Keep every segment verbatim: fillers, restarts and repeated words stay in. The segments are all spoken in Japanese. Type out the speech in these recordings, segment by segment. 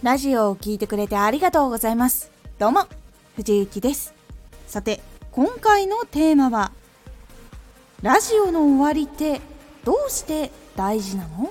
ラジオを聞いてくれてありがとうございます。どうも藤幸です。さて今回のテーマは、ラジオの終わりってどうして大事なの？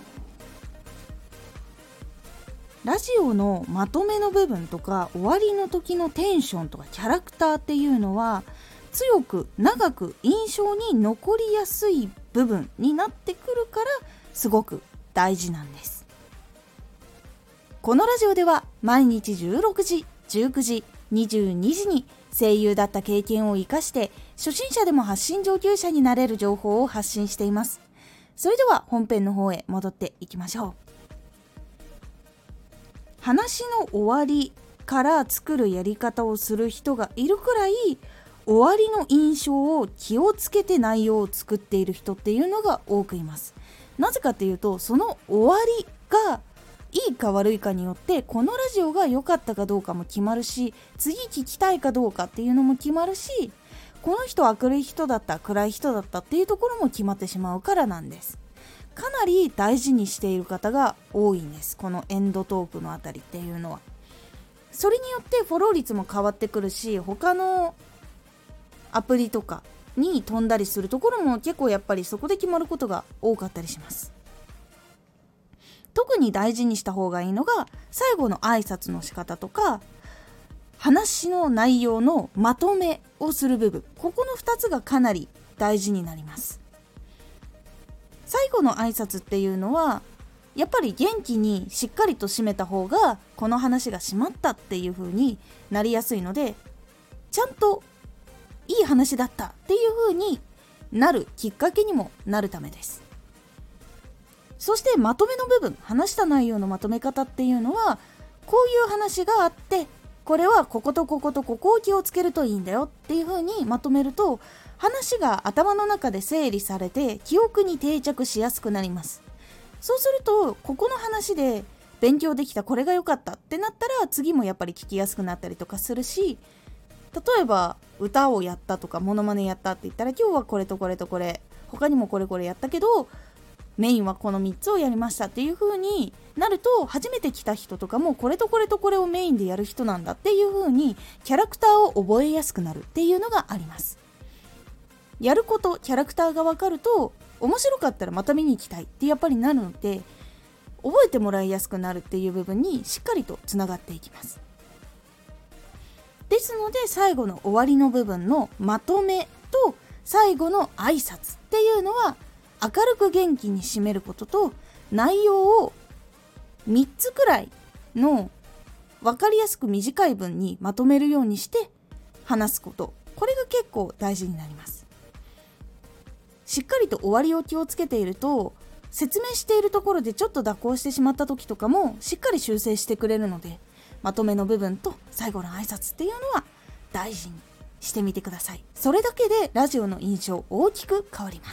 ラジオのまとめの部分とか終わりの時のテンションとかキャラクターっていうのは強く長く印象に残りやすい部分になってくるからすごく大事なんです。このラジオでは毎日じゅうろくじ、じゅうくじ、にじゅうにじに声優だった経験を生かして初心者でも発信上級者になれる情報を発信しています。それでは本編の方へ戻っていきましょう。話の終わりから作るやり方をする人がいるくらい、終わりの印象を気をつけて内容を作っている人っていうのが多くいます。なぜかっていうと、その終わりがいいか悪いかによってこのラジオが良かったかどうかも決まるし、次聞きたいかどうかっていうのも決まるし、この人明るい人だった暗い人だったっていうところも決まってしまうからなんです。かなり大事にしている方が多いんです、このエンドトークのあたりっていうのは。それによってフォロー率も変わってくるし、他のアプリとかに飛んだりするところも結構やっぱりそこで決まることが多かったりします。特に大事にした方がいいのが最後の挨拶の仕方とか、話の内容のまとめをする部分、ここのふたつがかなり大事になります。最後の挨拶っていうのはやっぱり元気にしっかりと締めた方がこの話が締まったっていう風になりやすいので、ちゃんといい話だったっていう風になるきっかけにもなるためです。そしてまとめの部分、話した内容のまとめ方っていうのは、こういう話があって、これはこことこことここを気をつけるといいんだよっていう風にまとめると、話が頭の中で整理されて記憶に定着しやすくなります。そうするとここの話で勉強できた、これが良かったってなったら次もやっぱり聞きやすくなったりとかするし、例えば歌をやったとかモノマネやったって言ったら、今日はこれとこれとこれ、他にもこれこれやったけどメインはこのみっつをやりましたっていう風になると、初めて来た人とかもこれとこれとこれをメインでやる人なんだっていう風にキャラクターを覚えやすくなるっていうのがあります。やること、キャラクターが分かると面白かったらまた見に行きたいってやっぱりなるので、覚えてもらいやすくなるっていう部分にしっかりとつながっていきます。ですので最後の終わりの部分のまとめと最後の挨拶っていうのは、明るく元気に締めることと、内容をみっつくらいの分かりやすく短い文にまとめるようにして話すこと、これが結構大事になります。しっかりと終わりを気をつけていると、説明しているところでちょっと蛇行してしまった時とかもしっかり修正してくれるので、まとめの部分と最後の挨拶っていうのは大事にしてみてください。それだけでラジオの印象大きく変わります。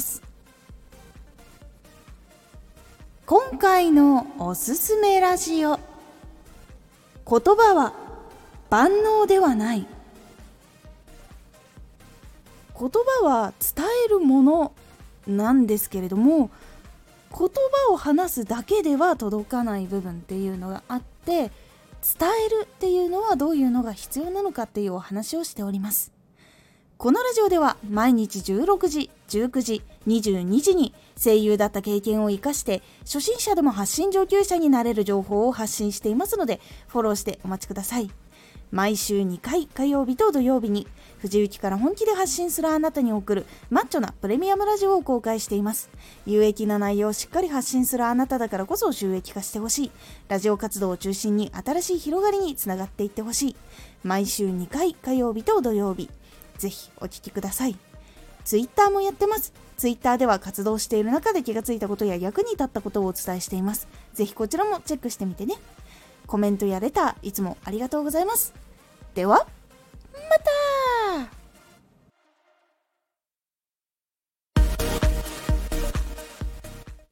今回のおすすめラジオ、言葉は万能ではない。言葉は伝えるものなんですけれども、言葉を話すだけでは届かない部分っていうのがあって、伝えるっていうのはどういうのが必要なのかっていうお話をしております。このラジオでは毎日じゅうろくじ、じゅうくじ、にじゅうにじに声優だった経験を生かして初心者でも発信上級者になれる情報を発信していますので、フォローしてお待ちください。毎週にかい、火曜日と土曜日に藤雪から本気で発信するあなたに送るマッチョなプレミアムラジオを公開しています。有益な内容をしっかり発信するあなただからこそ収益化してほしい。ラジオ活動を中心に新しい広がりにつながっていってほしい。毎週にかい、火曜日と土曜日、ぜひお聞きください。ツイッターもやってます。ツイッターでは活動している中で気がついたことや役に立ったことをお伝えしています。ぜひこちらもチェックしてみてね。コメントやレターいつもありがとうございます。ではまた。